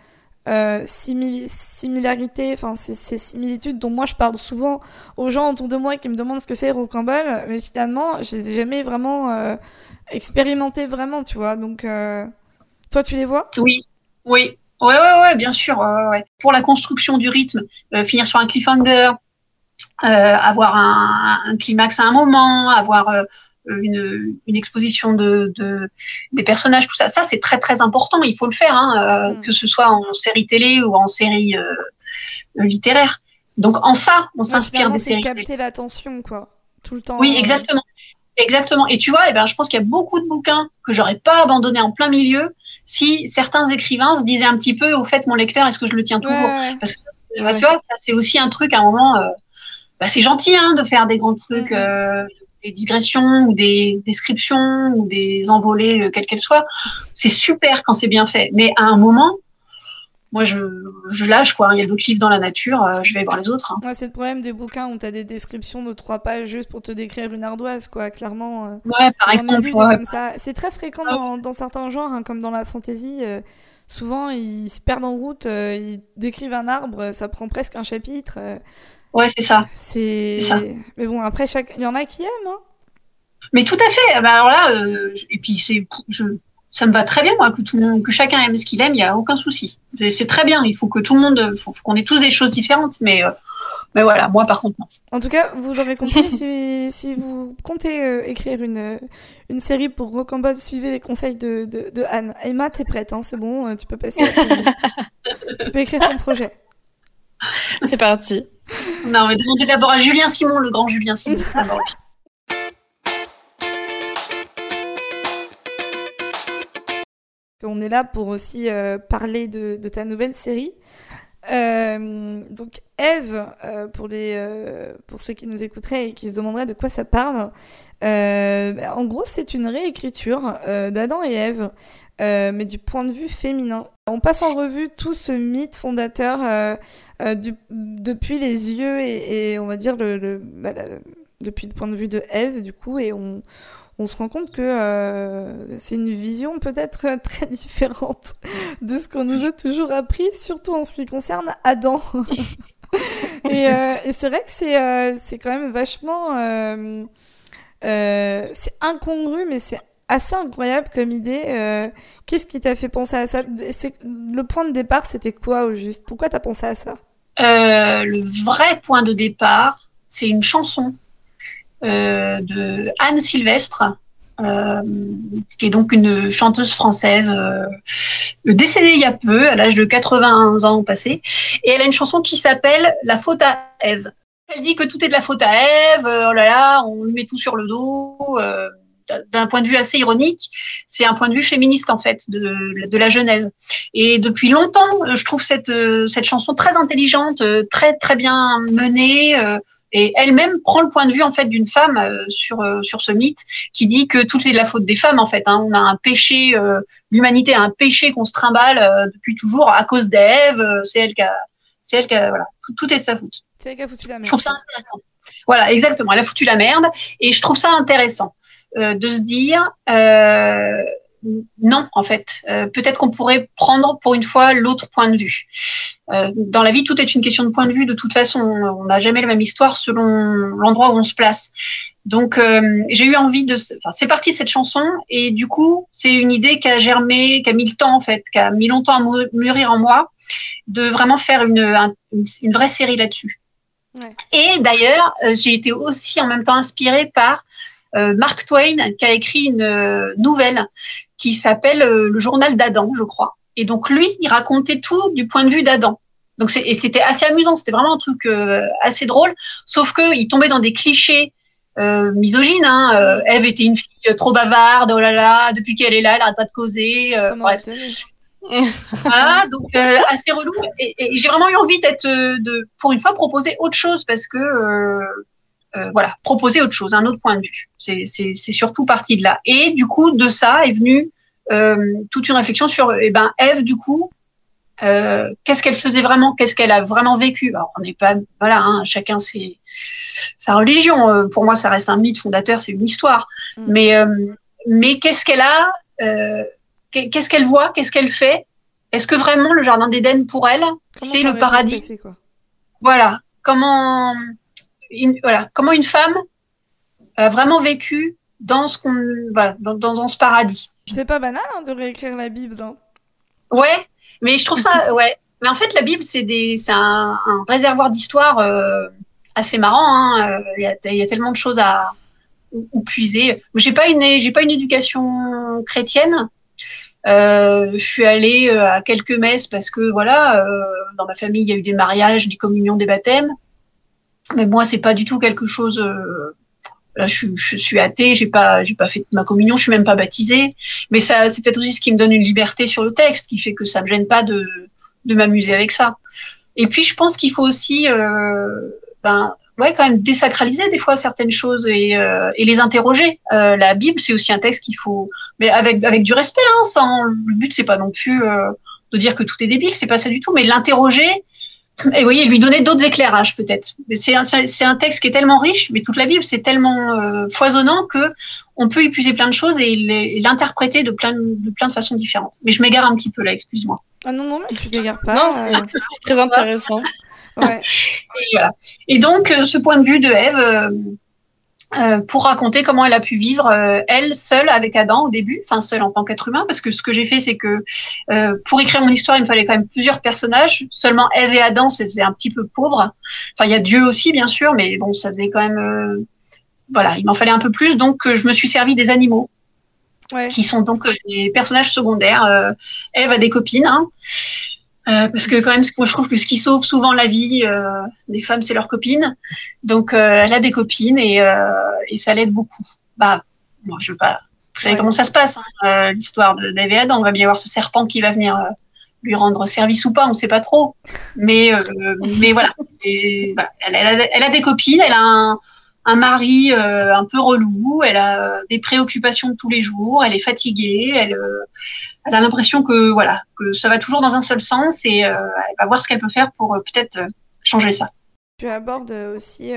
similarité, enfin ces similitudes dont moi je parle souvent aux gens autour de moi qui me demandent ce que c'est Rocambole, mais finalement je les ai jamais vraiment expérimenté vraiment, tu vois. Donc toi tu les vois? Oui. Ouais, bien sûr. Ouais. Pour la construction du rythme, finir sur un cliffhanger, avoir un climax à un moment, avoir une exposition des personnages, tout ça. Ça, c'est très, très important. Il faut le faire, que ce soit en série télé ou en série littéraire. Donc, en ça, on s'inspire des séries. C'est capter l'attention, quoi, tout le temps. Oui, exactement. Exactement. Et tu vois, je pense qu'il y a beaucoup de bouquins que j'aurais pas abandonnés en plein milieu si certains écrivains se disaient un petit peu, au fait, mon lecteur, est-ce que je le tiens toujours? Ouais. Parce que, tu vois, ça, c'est aussi un truc, à un moment, c'est gentil de faire des grands trucs, des digressions ou des descriptions ou des envolées, quelles qu'elles soient. C'est super quand c'est bien fait. Mais à un moment, moi, je lâche, quoi. Il y a d'autres livres dans la nature, je vais voir les autres. Ouais, c'est le problème des bouquins où t'as des descriptions de 3 pages juste pour te décrire une ardoise, quoi. Clairement. Ouais, par exemple. Comme ça. C'est très fréquent dans certains genres, comme dans la fantasy. Souvent, ils se perdent en route, ils décrivent un arbre, ça prend presque un chapitre. Ouais, c'est ça. C'est ça. Mais bon, après, il y en a qui aiment. Mais tout à fait. Alors là, et puis ça me va très bien, moi, que chacun aime ce qu'il aime, il n'y a aucun souci. C'est très bien. Il faut que tout le monde, faut qu'on ait tous des choses différentes, mais voilà, moi, par contre, non. En tout cas, vous l'aurez compris, si vous comptez écrire une série pour Rocambole, suivez les conseils de Anne. Emma, t'es prête, c'est bon, tu peux passer tu peux écrire ton projet. C'est parti. Non, mais demandez d'abord à Julien Simon, le grand Julien Simon. On est là pour aussi parler de ta nouvelle série. Donc Ève, pour ceux qui nous écouteraient et qui se demanderaient de quoi ça parle, en gros c'est une réécriture d'Adam et Ève, mais du point de vue féminin. On passe en revue tout ce mythe fondateur depuis les yeux et on va dire depuis le point de vue de Ève du coup, et on se rend compte que c'est une vision peut-être très différente de ce qu'on nous a toujours appris, surtout en ce qui concerne Adam. et c'est vrai que c'est quand même vachement... c'est incongru, mais c'est assez incroyable comme idée. Qu'est-ce qui t'a fait penser à ça? Le point de départ, c'était quoi au juste? Pourquoi t'as pensé à ça? Le vrai point de départ, c'est une chanson de Anne Sylvestre, euh, qui est donc une chanteuse française décédée il y a peu, à l'âge de 81 ans passé. Et elle a une chanson qui s'appelle La faute à Ève. Elle dit que tout est de la faute à Ève, oh là là, on lui met tout sur le dos. D'un point de vue assez ironique, c'est un point de vue féministe en fait de la Genèse. Et depuis longtemps, je trouve cette chanson très intelligente, très très bien menée. Et elle-même prend le point de vue en fait d'une femme sur ce mythe qui dit que tout est de la faute des femmes en fait. Hein. On a un péché, l'humanité a un péché qu'on se trimballe depuis toujours à cause d'Ève. C'est elle qui a, voilà, tout est de sa faute. C'est elle qui a foutu la merde. Je trouve ça intéressant. Voilà, exactement. Elle a foutu la merde et je trouve ça intéressant de se dire non en fait. Peut-être qu'on pourrait prendre pour une fois l'autre point de vue. Dans la vie, tout est une question de point de vue. De toute façon, on n'a jamais la même histoire selon l'endroit où on se place. Donc, j'ai eu envie de... Enfin, c'est parti cette chanson et du coup, c'est une idée qui a germé, qui a mis le temps en fait, qui a mis longtemps à mûrir en moi, de vraiment faire une vraie série là-dessus. Ouais. Et d'ailleurs, j'ai été aussi en même temps inspirée par Mark Twain, qui a écrit une nouvelle qui s'appelle Le journal d'Adam, je crois. Et donc lui, il racontait tout du point de vue d'Adam. Donc et c'était assez amusant, c'était vraiment un truc assez drôle, sauf que il tombait dans des clichés misogynes. Hein. Ève était une fille trop bavarde, oh là là, depuis qu'elle est là, elle arrête pas de causer. Bref. Voilà, donc assez relou. Et j'ai vraiment eu envie de, pour une fois, proposer autre chose parce que voilà, proposer autre chose, un autre point de vue. C'est surtout parti de là. Et du coup, de ça est venue toute une réflexion sur Ève, du coup, qu'est-ce qu'elle faisait vraiment, qu'est-ce qu'elle a vraiment vécu. Alors, on n'est pas, voilà, hein, chacun sa religion. Pour moi, ça reste un mythe fondateur, c'est une histoire. Mais qu'est-ce qu'elle a, qu'est-ce qu'elle voit, qu'est-ce qu'elle fait? Est-ce que vraiment le jardin d'Éden pour elle, c'est le paradis? Passé, quoi. Voilà, comment une femme a vraiment vécu dans ce dans ce paradis. C'est pas banal hein, de réécrire la Bible. Hein. Ouais, mais je trouve ça, ouais. Mais en fait, la Bible, c'est un réservoir d'histoire assez marrant. Hein. Il y a tellement de choses où puiser. J'ai pas une éducation chrétienne. Je suis allée à quelques messes parce que voilà, dans ma famille, il y a eu des mariages, des communions, des baptêmes. Mais moi, c'est pas du tout quelque chose. Là, je suis athée, j'ai pas fait ma communion, je suis même pas baptisée. Mais ça, c'est peut-être aussi ce qui me donne une liberté sur le texte, qui fait que ça me gêne pas de m'amuser avec ça. Et puis, je pense qu'il faut aussi, ouais, quand même désacraliser des fois certaines choses et les interroger. La Bible, c'est aussi un texte qu'il faut, mais avec du respect. Hein, le but, c'est pas non plus de dire que tout est débile, c'est pas ça du tout, mais l'interroger. Et vous voyez, lui donner d'autres éclairages peut-être. C'est un texte qui est tellement riche, mais toute la Bible c'est tellement foisonnant que on peut y puiser plein de choses et l'interpréter de plein de façons différentes. Mais je m'égare un petit peu là, excuse-moi. Ah non, mais tu t'égares pas. Non, c'est très intéressant. Ouais. Et voilà. Et donc ce point de vue de Ève. Pour raconter comment elle a pu vivre elle seule avec Adam au début, enfin seule en tant qu'être humain, parce que ce que j'ai fait c'est que pour écrire mon histoire il me fallait quand même plusieurs personnages, seulement Ève et Adam ça faisait un petit peu pauvre, enfin il y a Dieu aussi bien sûr, mais bon ça faisait quand même voilà, il m'en fallait un peu plus, donc je me suis servi des animaux qui sont donc des personnages secondaires. Ève a des copines, hein, parce que quand même, moi, je trouve que ce qui sauve souvent la vie des femmes, c'est leurs copines. Donc, elle a des copines et ça l'aide beaucoup. Bah, moi, je veux pas. Vous savez comment ça se passe, hein, l'histoire d'Ève et Adam. On va bien voir ce serpent qui va venir lui rendre service ou pas, on ne sait pas trop. Mais voilà. Voilà. Elle a des copines, elle a un mari un peu relou, elle a des préoccupations de tous les jours, elle est fatiguée, elle a l'impression que voilà, que ça va toujours dans un seul sens et elle va voir ce qu'elle peut faire pour peut-être changer ça. Tu abordes aussi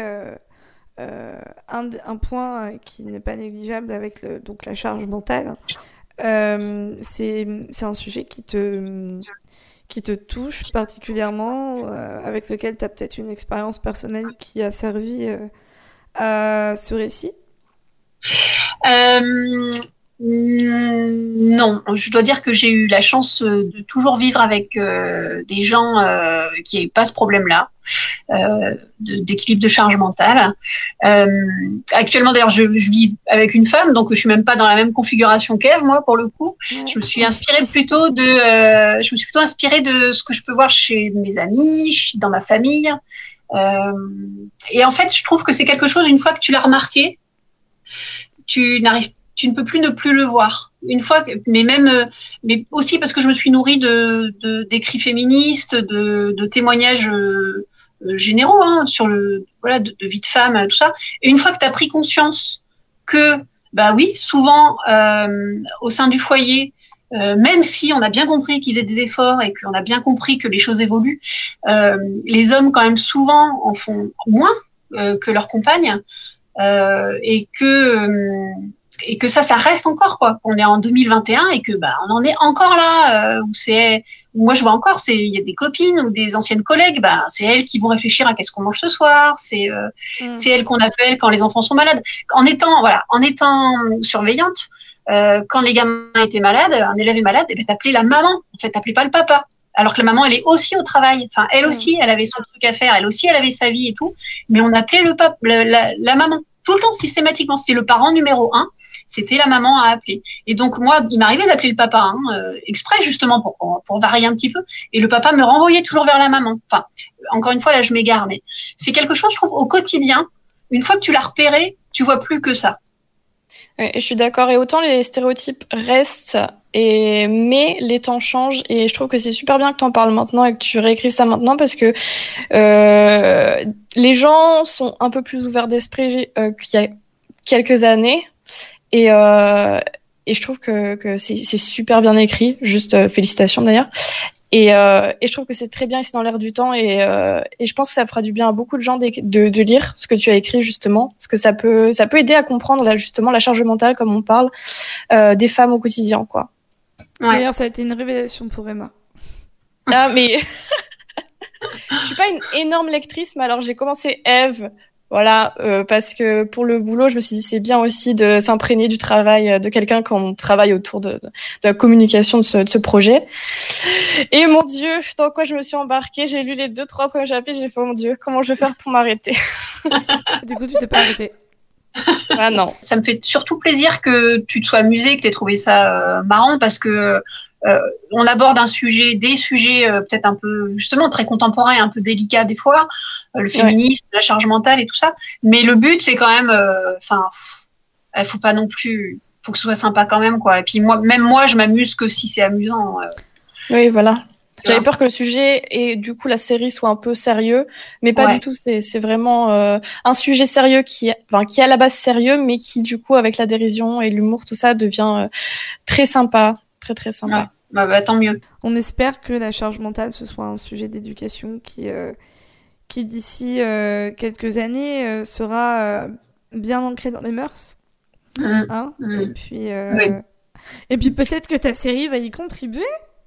un point qui n'est pas négligeable avec donc la charge mentale. C'est un sujet qui te touche particulièrement, avec lequel tu as peut-être une expérience personnelle qui a servi à ce récit. Non, je dois dire que j'ai eu la chance de toujours vivre avec des gens qui n'avaient pas ce problème-là, d'équilibre de charge mentale. Actuellement, d'ailleurs, je vis avec une femme, donc je suis même pas dans la même configuration qu'Ève, moi, pour le coup. Je me suis inspirée plutôt de ce que je peux voir chez mes amis, dans ma famille. Et en fait, je trouve que c'est quelque chose, une fois que tu l'as remarqué, tu ne peux plus ne plus le voir. Une fois, mais aussi parce que je me suis nourrie d'écrits féministes, de témoignages généraux, hein, sur de vie de femme, tout ça. Et une fois que tu as pris conscience que, bah oui, souvent, au sein du foyer, même si on a bien compris qu'il y a des efforts et qu'on a bien compris que les choses évoluent, les hommes, quand même, souvent, en font moins que leurs compagnes. Et que ça reste encore, quoi. On est en 2021 et que on en est encore là où moi je vois encore, il y a des copines ou des anciennes collègues, c'est elles qui vont réfléchir à qu'est-ce qu'on mange ce soir, c'est elles qu'on appelle quand les enfants sont malades. En étant surveillante, quand les gamins étaient malades, un élève est malade, t'appelais la maman, en fait, t'appelais pas le papa. Alors que la maman, elle est aussi au travail. Enfin, elle aussi, elle avait son truc à faire. Elle aussi, elle avait sa vie et tout. Mais on appelait la maman. Tout le temps, systématiquement. C'était le parent numéro 1. C'était la maman à appeler. Et donc, moi, il m'arrivait d'appeler le papa, exprès, justement, pour varier un petit peu. Et le papa me renvoyait toujours vers la maman. Enfin, encore une fois, là, je m'égare. Mais c'est quelque chose, je trouve, au quotidien. Une fois que tu l'as repéré, tu vois plus que ça. Ouais, je suis d'accord. Et autant les stéréotypes restent, mais les temps changent. Et je trouve que c'est super bien que tu en parles maintenant et que tu réécrives ça maintenant parce que les gens sont un peu plus ouverts d'esprit qu'il y a quelques années. Et je trouve que c'est super bien écrit. Juste félicitations d'ailleurs. Et je trouve que c'est très bien, et c'est dans l'air du temps. Et je pense que ça fera du bien à beaucoup de gens de lire ce que tu as écrit, justement. Parce que ça peut aider à comprendre, là, justement, la charge mentale, comme on parle, des femmes au quotidien, quoi. Ouais. D'ailleurs, ça a été une révélation pour Emma. Ah, mais... Je suis pas une énorme lectrice, mais alors j'ai commencé Ève... Voilà, parce que pour le boulot, je me suis dit c'est bien aussi de s'imprégner du travail de quelqu'un quand on travaille autour de la communication de ce projet. Et mon Dieu, dans quoi je me suis embarquée, j'ai lu les 2-3 premiers chapitres, j'ai fait oh mon Dieu, comment je vais faire pour m'arrêter? Du coup, tu t'es pas arrêtée? Ah non. Ça me fait surtout plaisir que tu te sois amusée, que tu aies trouvé ça marrant parce que on aborde des sujets peut-être un peu justement très contemporains et un peu délicats des fois, le féminisme, la charge mentale et tout ça. Mais le but c'est quand même, faut pas non plus, faut que ce soit sympa quand même quoi. Et puis même moi, je m'amuse que si c'est amusant. Oui, voilà. J'avais peur que le sujet et du coup la série soit un peu sérieux, mais pas du tout. C'est vraiment un sujet sérieux qui est à la base sérieux, mais qui du coup avec la dérision et l'humour tout ça devient très sympa. Très très sympa. Bah, tant mieux. On espère que la charge mentale ce soit un sujet d'éducation qui d'ici quelques années sera bien ancré dans les mœurs. Hein Et puis peut-être que ta série va y contribuer.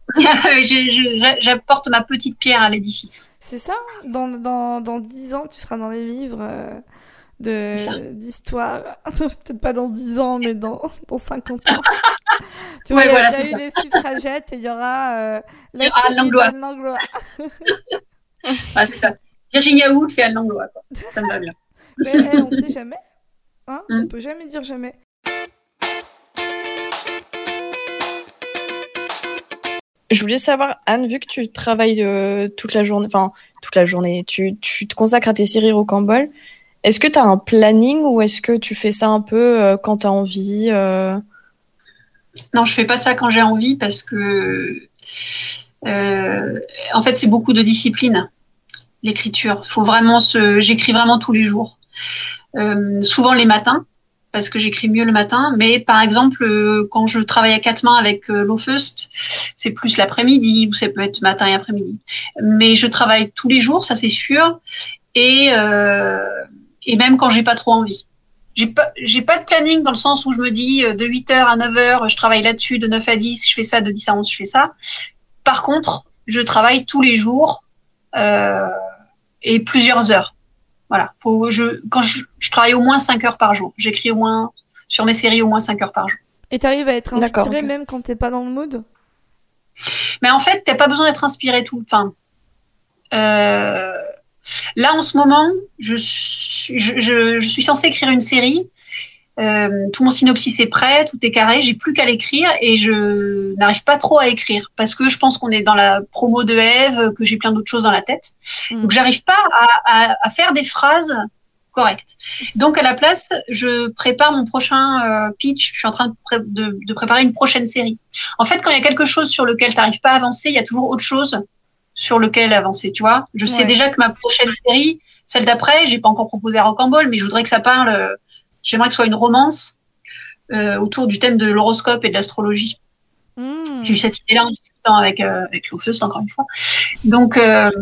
J'apporte ma petite pierre à l'édifice. C'est ça. Dans 10 ans, tu seras dans les livres d'histoire. Peut-être pas dans 10 ans, mais dans 50 ans. Tu vois, il y a eu les suffragettes et il y aura la série d'Anne Langlois. C'est ça. Virginia Woolf et Anne Langlois. Ça me va bien. Mais on sait jamais. Hein On peut jamais dire jamais. Je voulais savoir, Anne, vu que tu travailles toute la journée, tu te consacres à tes séries Rocambole, est-ce que tu as un planning ou est-ce que tu fais ça un peu quand tu as envie Non, je fais pas ça quand j'ai envie parce que en fait, c'est beaucoup de discipline, l'écriture. J'écris vraiment tous les jours. Souvent les matins, parce que j'écris mieux le matin, mais par exemple, quand je travaille à quatre mains avec Lofeust, c'est plus l'après-midi, ou ça peut être matin et après-midi. Mais je travaille tous les jours, ça c'est sûr, et même quand j'ai pas trop envie. J'ai pas de planning dans le sens où je me dis de 8h à 9h, je travaille là-dessus, de 9 à 10, je fais ça, de 10 à 11, je fais ça. Par contre, je travaille tous les jours et plusieurs heures. Voilà. Quand je travaille au moins 5 heures par jour. J'écris sur mes séries au moins 5 heures par jour. Et t'arrives à être inspiré D'accord, ok. même quand t'es pas dans le mood? Mais en fait, t'as pas besoin d'être inspiré tout. Enfin, là, en ce moment, je suis censée écrire une série. Tout mon synopsis est prêt, tout est carré, j'ai plus qu'à l'écrire et je n'arrive pas trop à écrire parce que je pense qu'on est dans la promo de Eve, que j'ai plein d'autres choses dans la tête. Donc, j'arrive pas à faire des phrases correctes. Donc, à la place, je prépare mon prochain pitch. Je suis en train de préparer une prochaine série. En fait, quand il y a quelque chose sur lequel tu n'arrives pas à avancer, il y a toujours autre chose sur lequel avancer, tu vois. Je sais déjà que ma prochaine série, celle d'après, j'ai pas encore proposé à Rocambole, mais je voudrais que ça parle, j'aimerais que ce soit une romance autour du thème de l'horoscope et de l'astrologie. J'ai eu cette idée-là en discutant avec Lofeust, encore une fois. Donc,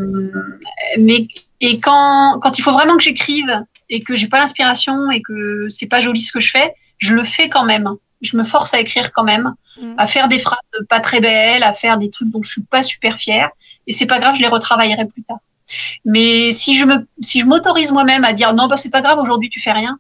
et quand il faut vraiment que j'écrive et que j'ai pas l'inspiration et que c'est pas joli ce que je fais, je le fais quand même. Je me force à écrire quand même, à faire des phrases pas très belles, à faire des trucs dont je suis pas super fière. Et c'est pas grave, je les retravaillerai plus tard. Mais si je m'autorise moi-même à dire non, bah c'est pas grave, aujourd'hui tu fais rien,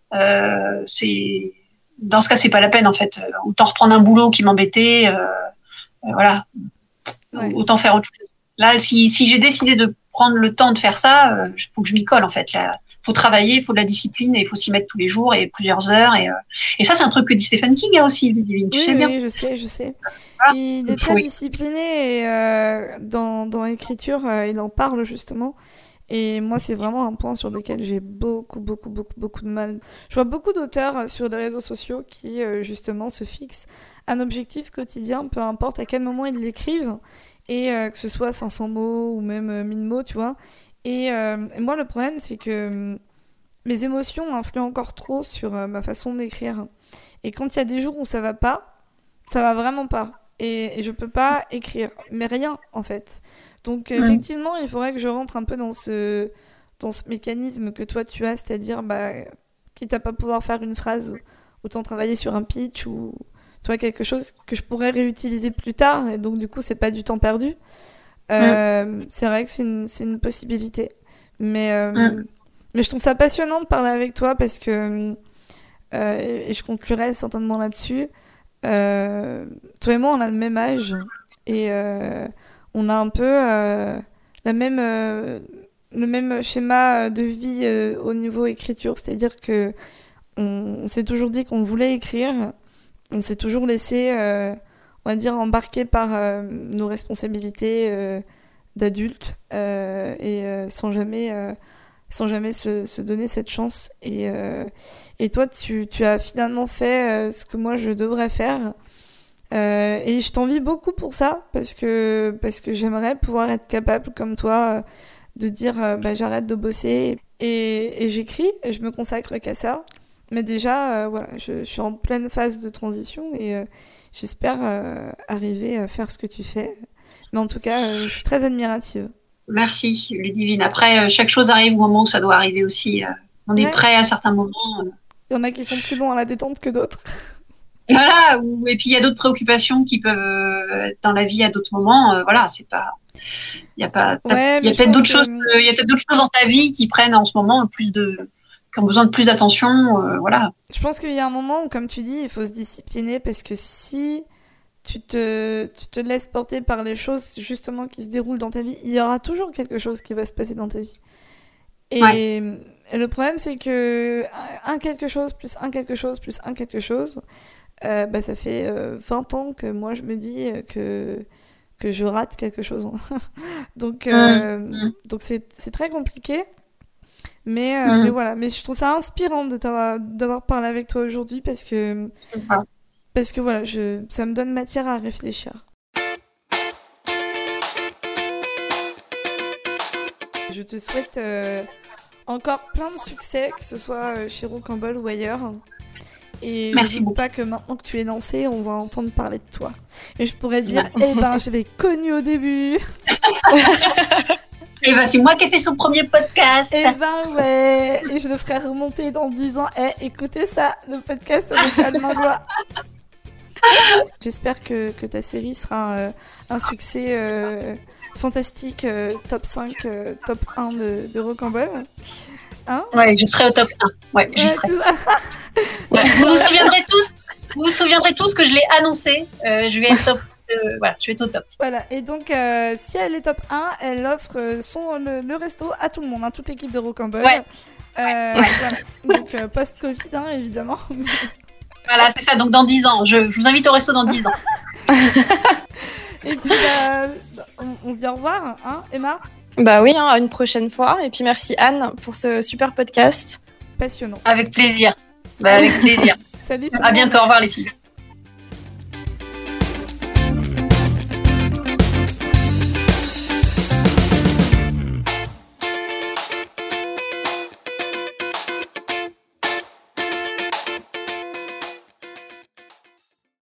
dans ce cas c'est pas la peine en fait. Autant reprendre un boulot qui m'embêtait, voilà. Ouais. Autant faire autre chose. Là, si j'ai décidé de prendre le temps de faire ça, faut que je m'y colle en fait. Là, faut travailler, il faut de la discipline et il faut s'y mettre tous les jours et plusieurs heures. Et ça, c'est un truc que dit Stephen King aussi, Ludivine, tu sais bien. Oui, je sais. Voilà. Il est très discipliné et dans l'écriture, il en parle justement. Et moi, c'est vraiment un point sur lequel j'ai beaucoup de mal. Je vois beaucoup d'auteurs sur les réseaux sociaux qui, justement, se fixent un objectif quotidien, peu importe à quel moment ils l'écrivent, et que ce soit 500 mots ou même 1000 mots, tu vois. Et moi, le problème, c'est que mes émotions influent encore trop sur ma façon d'écrire. Et quand il y a des jours où ça va vraiment pas. Et je peux pas écrire, mais rien, en fait. Donc, effectivement, il faudrait que je rentre un peu dans ce mécanisme que toi, tu as, c'est-à-dire, quitte à pas pouvoir faire une phrase, autant travailler sur un pitch ou, tu vois, quelque chose que je pourrais réutiliser plus tard. Et donc, du coup, c'est pas du temps perdu. C'est vrai que c'est une possibilité. Mais je trouve ça passionnant de parler avec toi parce que, et je conclurai certainement là-dessus, toi et moi, on a le même âge et on a un peu le même schéma de vie au niveau écriture, c'est-à-dire que on s'est toujours dit qu'on voulait écrire, on s'est toujours laissé, on va dire, embarquer par nos responsabilités d'adultes et sans jamais se donner cette chance. Et toi, tu as finalement fait ce que moi je devrais faire. Et je t'envie beaucoup pour ça, parce que j'aimerais pouvoir être capable, comme toi, de dire j'arrête de bosser et j'écris, et je me consacre qu'à ça. Mais déjà, voilà, je suis en pleine phase de transition et j'espère arriver à faire ce que tu fais. Mais en tout cas, je suis très admirative. Merci, Ludivine. Après, chaque chose arrive au moment où ça doit arriver aussi. On est prêt à certains moments. Il y en a qui sont plus longs à la détente que d'autres. Voilà, et puis il y a d'autres préoccupations qui peuvent être dans la vie à d'autres moments. Voilà, c'est pas. Il y a peut-être d'autres choses. Il y a peut-être d'autres choses dans ta vie qui prennent en ce moment qui ont besoin de plus d'attention. Voilà. Je pense qu'il y a un moment où, comme tu dis, il faut se discipliner parce que si tu te laisses porter par les choses justement qui se déroulent dans ta vie, il y aura toujours quelque chose qui va se passer dans ta vie. Et le problème, c'est que un quelque chose plus un quelque chose plus un quelque chose, ça fait 20 ans que moi je me dis que je rate quelque chose. Donc c'est très compliqué. Mais voilà, mais je trouve ça inspirant d'avoir parlé avec toi aujourd'hui parce que voilà, ça me donne matière à réfléchir. Je te souhaite encore plein de succès, que ce soit chez Rocambole ou ailleurs. Et merci beaucoup. Pas que maintenant que tu es lancée, on va entendre parler de toi. Et je pourrais dire, je l'ai connu au début. C'est moi qui ai fait son premier podcast. Ouais. Et je le ferai remonter dans 10 ans. Écoutez ça, le podcast avec Anne Langlois. J'espère que ta série sera un succès fantastique, top 5, top 1 de Rocambole. Hein? Ouais, je serai au top 1. Ouais, j'y serai. Vous nous souviendrez tous. Vous vous souviendrez tous que je l'ai annoncé. Je vais être top. Voilà, je vais être au top. Voilà, et donc si elle est top 1, elle offre le resto à tout le monde, toute l'équipe de Rocambole. Ouais. Voilà. Donc post-Covid, évidemment. Voilà, c'est ça. Donc dans 10 ans, je vous invite au resto dans 10 ans. Et puis on se dit au revoir, Emma. Bah oui, à une prochaine fois. Et puis merci Anne pour ce super podcast. Passionnant. Avec plaisir. Avec plaisir. Salut. À bientôt, au revoir les filles.